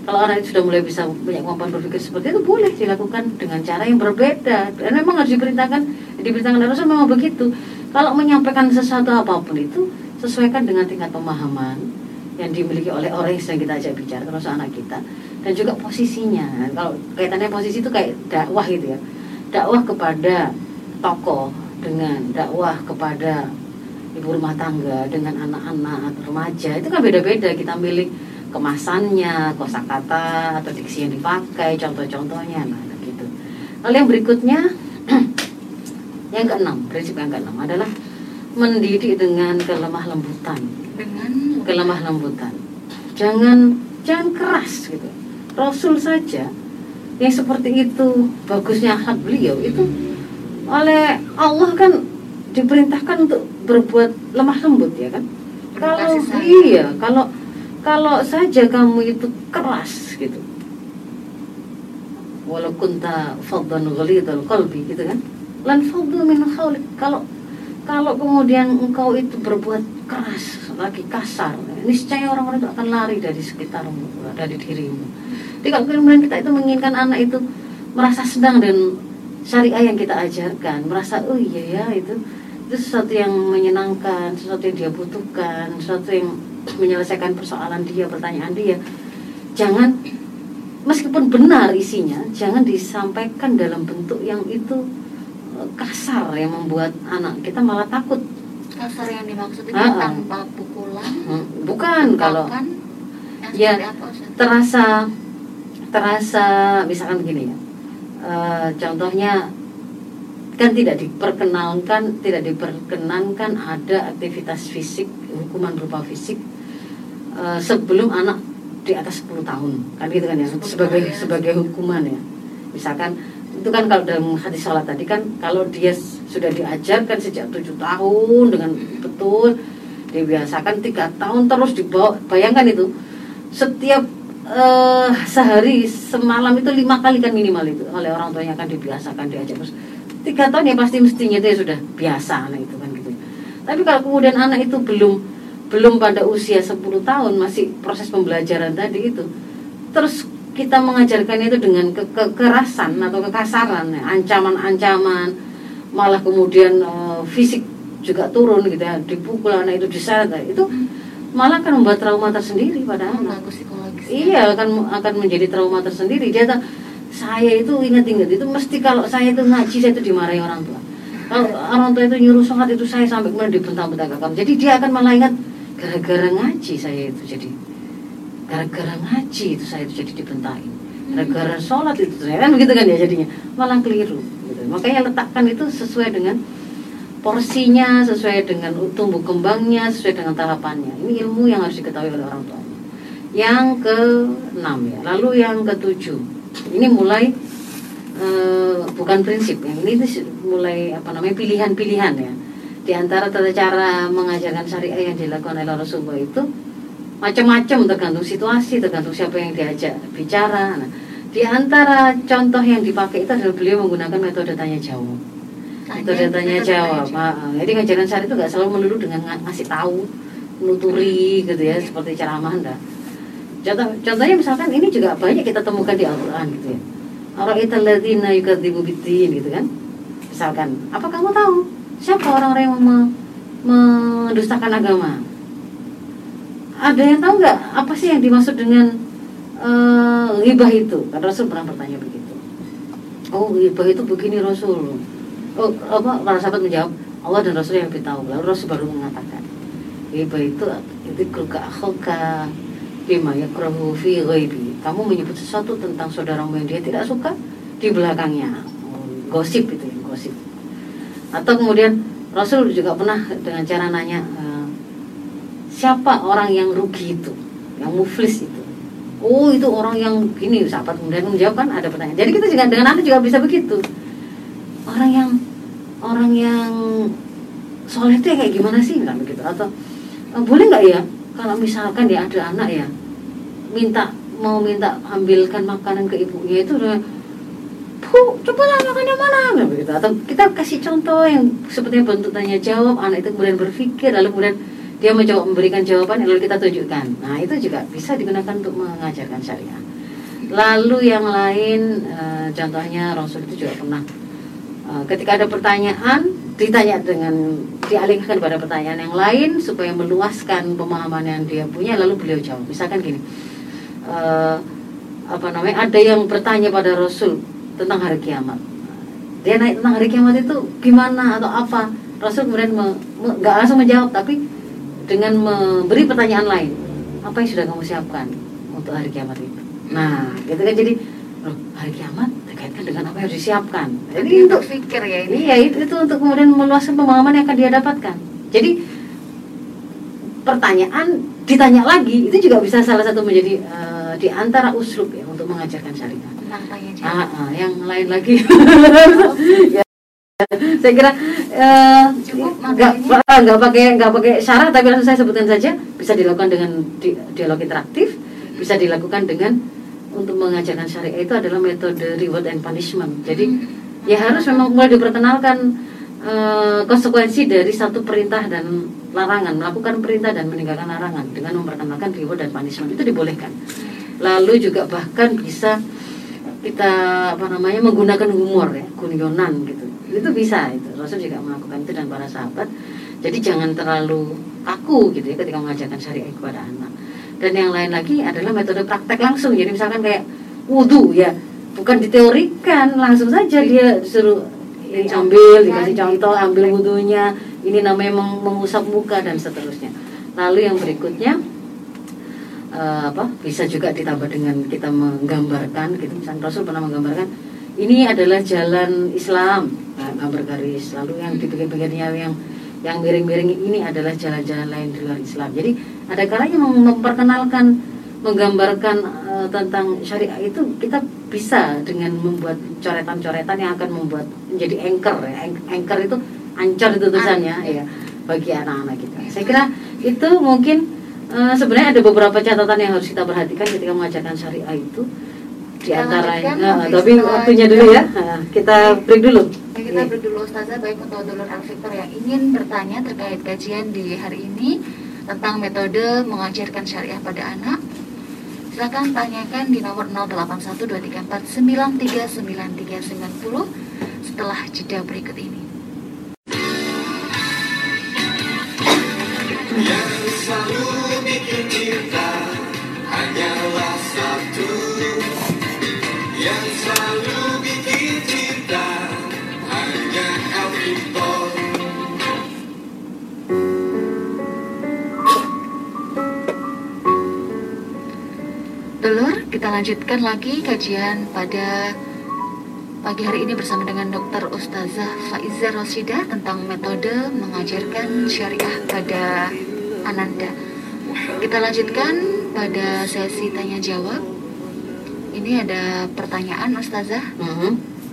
Kalau anak itu sudah mulai bisa punya kemampuan berpikir seperti itu, boleh dilakukan dengan cara yang berbeda. Dan memang harus diperintahkan, diperintahkan oleh Rasul memang begitu. Kalau menyampaikan sesuatu apapun itu, sesuaikan dengan tingkat pemahaman yang dimiliki oleh orang yang sedang kita ajak bicara, termasuk anak kita, dan juga posisinya. Kalau kaitannya posisi itu kayak dakwah gitu ya, dakwah kepada tokoh dengan dakwah kepada ibu rumah tangga dengan anak-anak atau remaja, itu kan beda-beda. Kita milih kemasannya, kosakata atau diksi yang dipakai, contoh-contohnya, nah gitu. Lalu yang berikutnya, yang keenam, prinsip yang keenam adalah mendidik dengan kelemah lembutan. Dengan kelemah lembutan. Jangan jangan keras gitu. Rasul saja yang seperti itu bagusnya akhlak beliau itu oleh Allah kan diperintahkan untuk berbuat lemah lembut ya kan. Kalau iya, kalau kalau saja kamu itu keras gitu, walau kunta faddan ghalidhal qalbi gitu kan, lan faddu min hawlik. Kalau kalau kemudian engkau itu berbuat keras, lagi kasar, niscaya orang-orang itu akan lari dari sekitarmu, dari dirimu. Jadi kalau kemudian kita itu menginginkan anak itu merasa senang dan syariah yang kita ajarkan, merasa oh iya ya itu itu sesuatu yang menyenangkan, sesuatu yang dia butuhkan, sesuatu yang menyelesaikan persoalan dia, pertanyaan dia. Jangan, meskipun benar isinya, jangan disampaikan dalam bentuk yang itu kasar yang membuat anak kita malah takut. Kasar yang dimaksud itu uh-uh. tanpa pukulan? Bukan, kalau ya terasa terasa misalkan begini ya. Uh, contohnya kan tidak diperkenalkan, tidak diperkenankan ada aktivitas fisik, hukuman berupa fisik uh, sebelum anak di atas sepuluh tahun, kan gitu kan ya, sebagai ya. sebagai hukuman ya. Misalkan itu kan kalau dalam hadis sholat tadi kan, kalau dia sudah diajarkan sejak tujuh tahun dengan betul, dibiasakan tiga tahun terus dibawa, bayangkan itu setiap uh, sehari semalam itu lima kali kan minimal itu oleh orang tuanya akan dibiasakan, diajak terus. Tiga tahun ya pasti mestinya dia sudah biasa anak itu kan gitu. Tapi kalau kemudian anak itu belum belum pada usia sepuluh tahun, masih proses pembelajaran tadi itu, terus kita mengajarkan itu dengan ke- kekerasan atau kekasaran, ya, ancaman-ancaman, malah kemudian uh, fisik juga turun gitu ya, dipukul anak itu, diseret, itu malah akan membuat trauma tersendiri pada anak. Iya, akan akan menjadi trauma tersendiri. Dia tak, saya itu ingat-ingat itu mesti kalau saya itu ngaji, saya itu dimarahi orang tua. Kalau orang tua itu nyuruh sholat itu saya sampai kemudian dibentang-bentangkan. Jadi dia akan malah ingat, gara-gara ngaji saya itu jadi, gara-gara ngaji itu saya itu jadi dibentain, gara-gara sholat itu saya kan begitu kan ya, jadinya malah keliru gitu. Makanya letakkan itu sesuai dengan porsinya, sesuai dengan tumbuh kembangnya, sesuai dengan tahapannya. Ini ilmu yang harus diketahui oleh orang tuanya. Yang keenam ya, lalu yang ketujuh, ini mulai e, bukan prinsip ya, ini tuh mulai apa namanya pilihan-pilihan ya. Di antara tata cara mengajarkan syariah yang dilakukan oleh Rasulullah itu macam-macam, tergantung situasi, tergantung siapa yang diajak bicara. Nah, di antara contoh yang dipakai itu adalah beliau menggunakan metode tanya jawab. Metode tanya jawab. Nah, jadi ngajaran syariah itu nggak selalu melulu dengan ngasih tahu, nuturi gitu ya, seperti ceramah enggak. Contoh, contohnya misalkan ini juga banyak kita temukan di Al-Quran gitu ya. Ara'aital ladzina yukadzibu biddin gitu kan. Misalkan, apa kamu tahu siapa orang-orang yang me- mendustakan agama? Ada yang tahu nggak apa sih yang dimaksud dengan uh, ghibah itu? Kan Rasul pernah bertanya begitu. Oh, ghibah itu begini Rasul. Oh, apa? Para sahabat menjawab, Allah dan Rasul yang lebih tahu. Lalu Rasul baru mengatakan, ghibah itu itu kruka akhoka bima yakrahu fi ghaibi. Kamu menyebut sesuatu tentang saudaramu yang dia tidak suka di belakangnya. Oh, gosip itu ya, gosip. Atau kemudian Rasul juga pernah dengan cara nanya, uh, siapa orang yang rugi itu, yang muflis itu? Oh, itu orang yang gini. Sahabat kemudian menjawab, kan ada pertanyaan. Jadi kita juga dengan anak juga bisa begitu. Orang yang orang yang soleh itu kayak gimana sih, nggak begitu? Atau uh, boleh nggak ya kalau misalkan dia ada anak ya, minta mau minta ambilkan makanan ke ibunya itu udah, bu, cobalah makannya mana, nggak begitu? Atau kita kasih contoh yang sepertinya bentuk tanya jawab, anak itu kemudian berpikir, lalu kemudian dia mencoba memberikan jawaban, lalu kita tunjukkan. Nah, itu juga bisa digunakan untuk mengajarkan syariah. Lalu yang lain, uh, contohnya Rasul itu juga pernah uh, ketika ada pertanyaan ditanya dengan dialihkan pada pertanyaan yang lain supaya meluaskan pemahaman yang dia punya, lalu beliau jawab. Misalkan gini, uh, apa namanya, ada yang bertanya pada Rasul tentang hari kiamat. Dia naik tentang hari kiamat itu gimana atau apa. Rasul kemudian nggak me, langsung menjawab, tapi dengan memberi pertanyaan lain. Apa yang sudah kamu siapkan untuk hari kiamat itu? Nah, gitu kan, jadi loh, hari kiamat dikaitkan dengan apa yang harus disiapkan. Jadi Jadi untuk fikir ya ini. iya itu, itu untuk kemudian meluaskan pemahaman yang akan dia dapatkan. Jadi pertanyaan ditanya lagi itu juga bisa salah satu menjadi uh, di antara uslub ya untuk mengajarkan syariat. Ah, ah, yang lain lagi. Ya, saya kira uh, nggak nggak pakai nggak pakai syarat, tapi langsung saya sebutkan saja. Bisa dilakukan dengan di, dialog interaktif, bisa dilakukan dengan untuk mengajarkan syariat itu adalah metode reward and punishment. Jadi hmm. ya harus memang mulai diperkenalkan uh, konsekuensi dari satu perintah dan larangan, melakukan perintah dan meninggalkan larangan dengan memperkenalkan reward dan punishment, itu dibolehkan. Lalu juga bahkan bisa kita apa namanya menggunakan humor ya, kunyonan gitu. Itu bisa, itu Rasul juga melakukan itu dan para sahabat. Jadi jangan terlalu kaku gitu ya ketika mengajarkan syariat kepada anak. Dan yang lain lagi adalah metode praktek langsung. Jadi misalkan kayak wudhu ya, bukan diteorikan, langsung saja dia disuruh ini ambil, dikasih contoh, ambil wudhunya, ini namanya mengusap muka dan seterusnya. Lalu yang berikutnya uh, apa bisa juga ditambah dengan kita menggambarkan gitu. Misalnya Rasul pernah menggambarkan ini adalah jalan Islam, nah, gambar garis. Lalu yang di pinggir-pinggirnya yang yang miring-miring ini adalah jalan-jalan lain di luar Islam. Jadi ada kalanya memperkenalkan, menggambarkan uh, tentang syariah itu kita bisa dengan membuat coretan-coretan yang akan membuat menjadi anchor ya. Anchor itu ancor itu tulisannya ya bagi anak-anak kita. Saya kira itu mungkin uh, sebenarnya ada beberapa catatan yang harus kita perhatikan ketika mengajarkan syariah itu. Di antaranya, nah, tapi waktunya dulu ya. Nah, kita break dulu. Baik, kita break dulu Ustazah. Baik, untuk dulur Al-Fikr yang ingin bertanya terkait kajian di hari ini tentang metode mengajarkan syariah pada anak, silakan tanyakan di nomor nol delapan satu dua tiga empat sembilan tiga sembilan tiga sembilan nol setelah jeda berikut ini. Yang selalu bikin kita hanyalah satu, yang selalu bikin kita hanya Al-Fikr. Dulur, kita lanjutkan lagi kajian pada pagi hari ini bersama dengan Dokter Ustazah Faiza Roshidah tentang metode mengajarkan syariah pada Ananda. Kita lanjutkan pada sesi tanya jawab. Ini ada pertanyaan Ustazah. Mm-hmm.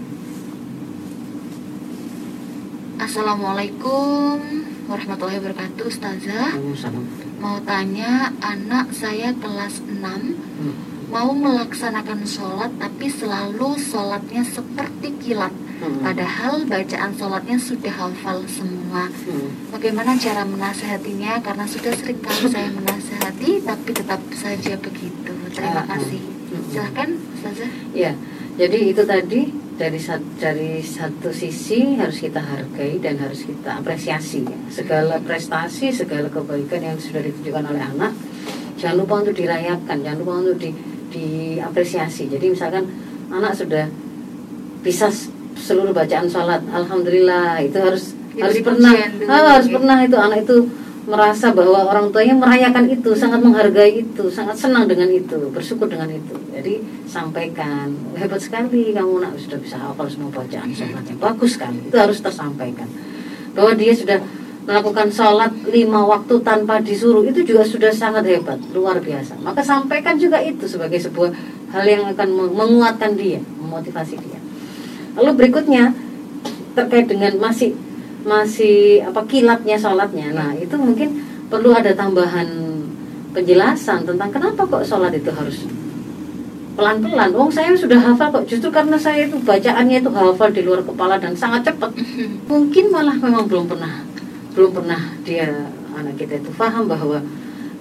Assalamualaikum warahmatullahi wabarakatuh Ustazah. Mau tanya, anak saya kelas enam hmm. mau melaksanakan sholat tapi selalu sholatnya seperti kilat, hmm. padahal bacaan sholatnya sudah hafal semua. hmm. Bagaimana cara menasehatinya, karena sudah sering kali saya menasehati tapi tetap saja begitu. Terima kasih. Silahkan Ustazah. Ya, jadi itu tadi dari dari satu sisi harus kita hargai dan harus kita apresiasi ya. Segala prestasi, segala kebaikan yang sudah ditunjukkan oleh anak, jangan lupa untuk dirayakan, jangan lupa untuk di, diapresiasi. Jadi misalkan anak sudah bisa seluruh bacaan sholat, alhamdulillah, itu harus ya, harus pernah ah, harus ya. pernah itu anak itu merasa bahwa orang tuanya merayakan itu, sangat menghargai itu, sangat senang dengan itu, bersyukur dengan itu. Jadi sampaikan, hebat sekali kamu nak sudah bisa hafal semua bacaan sholatnya, bagus sekali. Itu harus tersampaikan bahwa dia sudah melakukan sholat lima waktu tanpa disuruh, itu juga sudah sangat hebat, luar biasa. Maka sampaikan juga itu sebagai sebuah hal yang akan menguatkan dia, memotivasi dia. Lalu berikutnya terkait dengan masih masih apa kilatnya sholatnya. Nah itu mungkin perlu ada tambahan penjelasan tentang kenapa kok sholat itu harus pelan-pelan. Wong saya sudah hafal kok, justru karena saya itu bacaannya itu hafal di luar kepala dan sangat cepat. Mungkin malah memang belum pernah belum pernah dia anak kita itu paham bahwa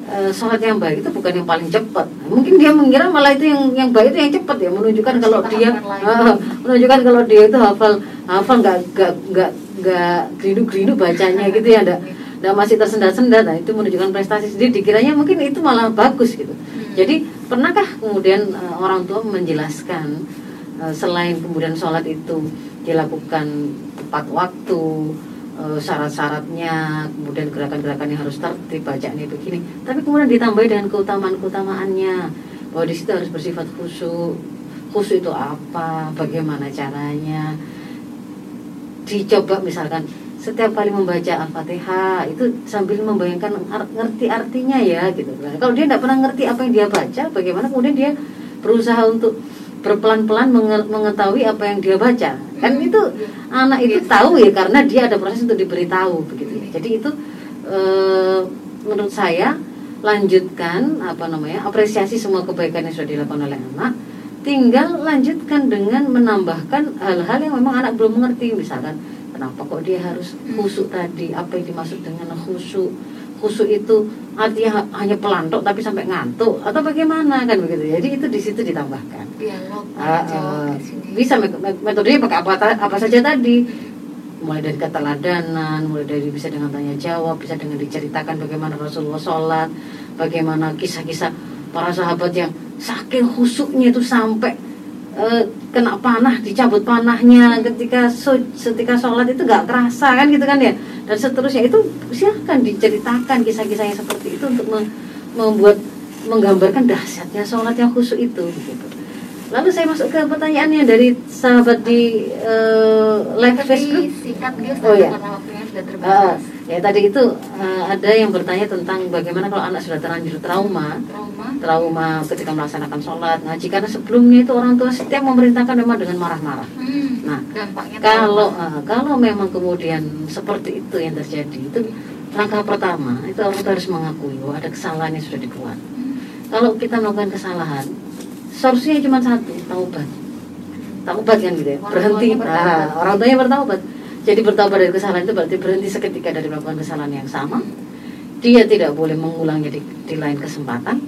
uh, sholat yang baik itu bukan yang paling cepat. Mungkin dia mengira malah itu yang yang baik itu yang cepat ya, menunjukkan kalau dia uh, menunjukkan kalau dia itu hafal hafal nggak nggak nggak nggak gerindu-gerindu bacanya gitu ya, nggak nggak masih tersendat-sendat. Nah, itu menunjukkan prestasi sendiri, dikiranya mungkin itu malah bagus gitu. Hmm. Jadi pernahkah kemudian uh, orang tua menjelaskan uh, selain kemudian sholat itu dilakukan tepat waktu, syarat-syaratnya, kemudian gerakan-gerakan yang harus tertib, bacaannya begini, tapi kemudian ditambahi dengan keutamaan-keutamaannya, bahwa di situ harus bersifat khusyuk. Khusyuk itu apa, bagaimana caranya, dicoba misalkan setiap kali membaca Al-Fatihah itu sambil membayangkan ngerti artinya ya gitu. Nah, kalau dia tidak pernah ngerti apa yang dia baca, bagaimana kemudian dia berusaha untuk berpelan-pelan mengetahui apa yang dia baca. Kan itu anak itu tahu ya, karena dia ada proses untuk diberitahu begitu ya. Jadi itu e, menurut saya lanjutkan apa namanya apresiasi semua kebaikan yang sudah dilakukan oleh anak, tinggal lanjutkan dengan menambahkan hal-hal yang memang anak belum mengerti. Misalkan kenapa kok dia harus khusyuk tadi, apa yang dimaksud dengan khusyuk. Khusyuk itu artinya hanya pelantok tapi sampai ngantuk atau bagaimana kan begitu. Jadi itu di situ ditambahkan. Dialog, uh, uh, bisa metodenya pakai apa apa saja tadi. Mulai dari keteladanan, mulai dari bisa dengan tanya jawab, bisa dengan diceritakan bagaimana Rasulullah sholat, bagaimana kisah-kisah para sahabat yang saking khusyuknya itu sampai uh, kena panah, dicabut panahnya ketika ketika sholat itu nggak kerasa kan gitu kan ya. Dan seterusnya itu silahkan diceritakan kisah-kisah yang seperti itu untuk membuat menggambarkan dahsyatnya sholat yang khusyuk itu gitu. Lalu saya masuk ke pertanyaannya dari sahabat di uh, live Tapi Facebook. Sikat dia oh ya, karena waktunya sudah terbatas. Uh, ya tadi itu uh, ada yang bertanya tentang bagaimana kalau anak sudah terlanjur trauma, trauma, trauma ketika melaksanakan sholat ngaji, karena sebelumnya itu orang tua setiap memerintahkan memang dengan marah-marah. Hmm, nah, dampaknya kalau uh, kalau memang kemudian seperti itu yang terjadi, itu langkah pertama itu orang tua harus mengakui bahwa ada kesalahan yang sudah dibuat. Hmm. Kalau kita melakukan kesalahan, solusinya cuma satu, taubat. Taubat kan gitu ya, orang berhenti. Nah, orang tuanya bertaubat. Jadi bertaubat dari kesalahan itu berarti berhenti seketika dari melakukan kesalahan yang sama. Dia tidak boleh mengulangnya di, di lain kesempatan.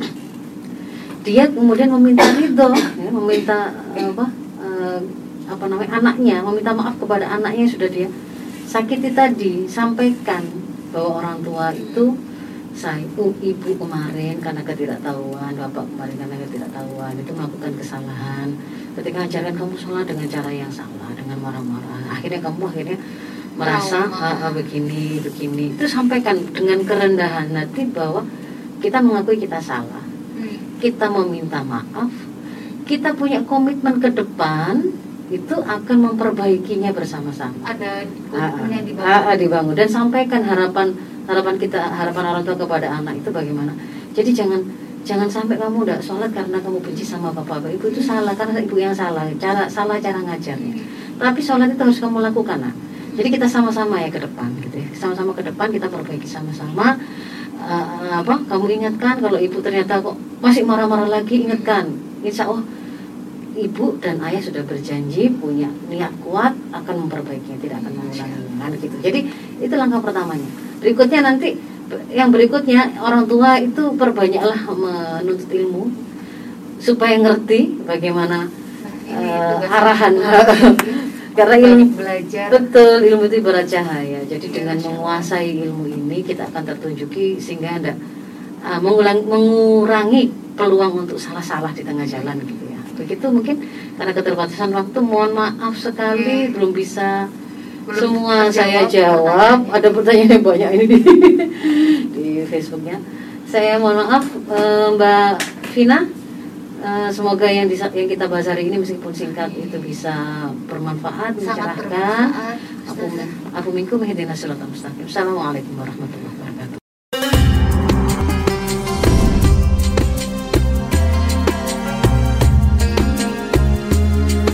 Dia kemudian meminta ridho, ya, meminta apa, uh, apa namanya anaknya, meminta maaf kepada anaknya yang sudah dia sakiti tadi. Sampaikan bahwa orang tua itu, saya, uh, ibu kemarin karena ketidaktahuan, bapak kemarin karena ketidaktahuan itu melakukan kesalahan. Ketika ajarkan kamu sholat dengan cara yang salah, dengan marah-marah, akhirnya kamu akhirnya merasa ah, ah, begini, begini. Itu sampaikan dengan kerendahan hati bahwa kita mengakui kita salah, kita meminta maaf, kita punya komitmen ke depan itu akan memperbaikinya bersama-sama. Ada komitmen yang dibangun. Ah, ah, dibangun dan sampaikan harapan harapan kita, harapan orang tua kepada anak itu bagaimana. Jadi jangan jangan sampai kamu tidak sholat karena kamu benci sama bapak bapak ibu, itu salah, karena ibu yang salah, cara salah cara ngajarnya. Tapi sholat itu harus kamu lakukan, nah. Jadi kita sama-sama ya ke depan, gitu ya. Sama-sama ke depan kita perbaiki sama-sama. Uh, apa? Kamu ingatkan kalau ibu ternyata kok masih marah-marah lagi, ingatkan. Insya Allah ibu dan ayah sudah berjanji punya niat kuat akan memperbaikinya, tidak akan mengulanginya, gitu. Jadi itu langkah pertamanya. Berikutnya nanti yang berikutnya orang tua itu perbanyaklah menuntut ilmu supaya ngerti bagaimana nah, uh, arahan karena ilmu belajar betul, ilmu itu ibarat cahaya. Jadi dengan menguasai ilmu ini kita akan tertunjuki sehingga ada uh, mengulang, mengurangi peluang untuk salah-salah di tengah jalan gitu ya. Begitu mungkin karena keterbatasan waktu, mohon maaf sekali hmm. belum bisa belum semua saya jawab. Ada pertanyaan yang banyak ini di, di Facebooknya. Saya mohon maaf uh, Mbak Vina. Uh, semoga yang, disa- yang kita bahas hari ini meskipun singkat itu bisa bermanfaat, mencerahkan. Aku aku minkum ihdinas siratal mustaqim. Assalamualaikum warahmatullahi wabarakatuh.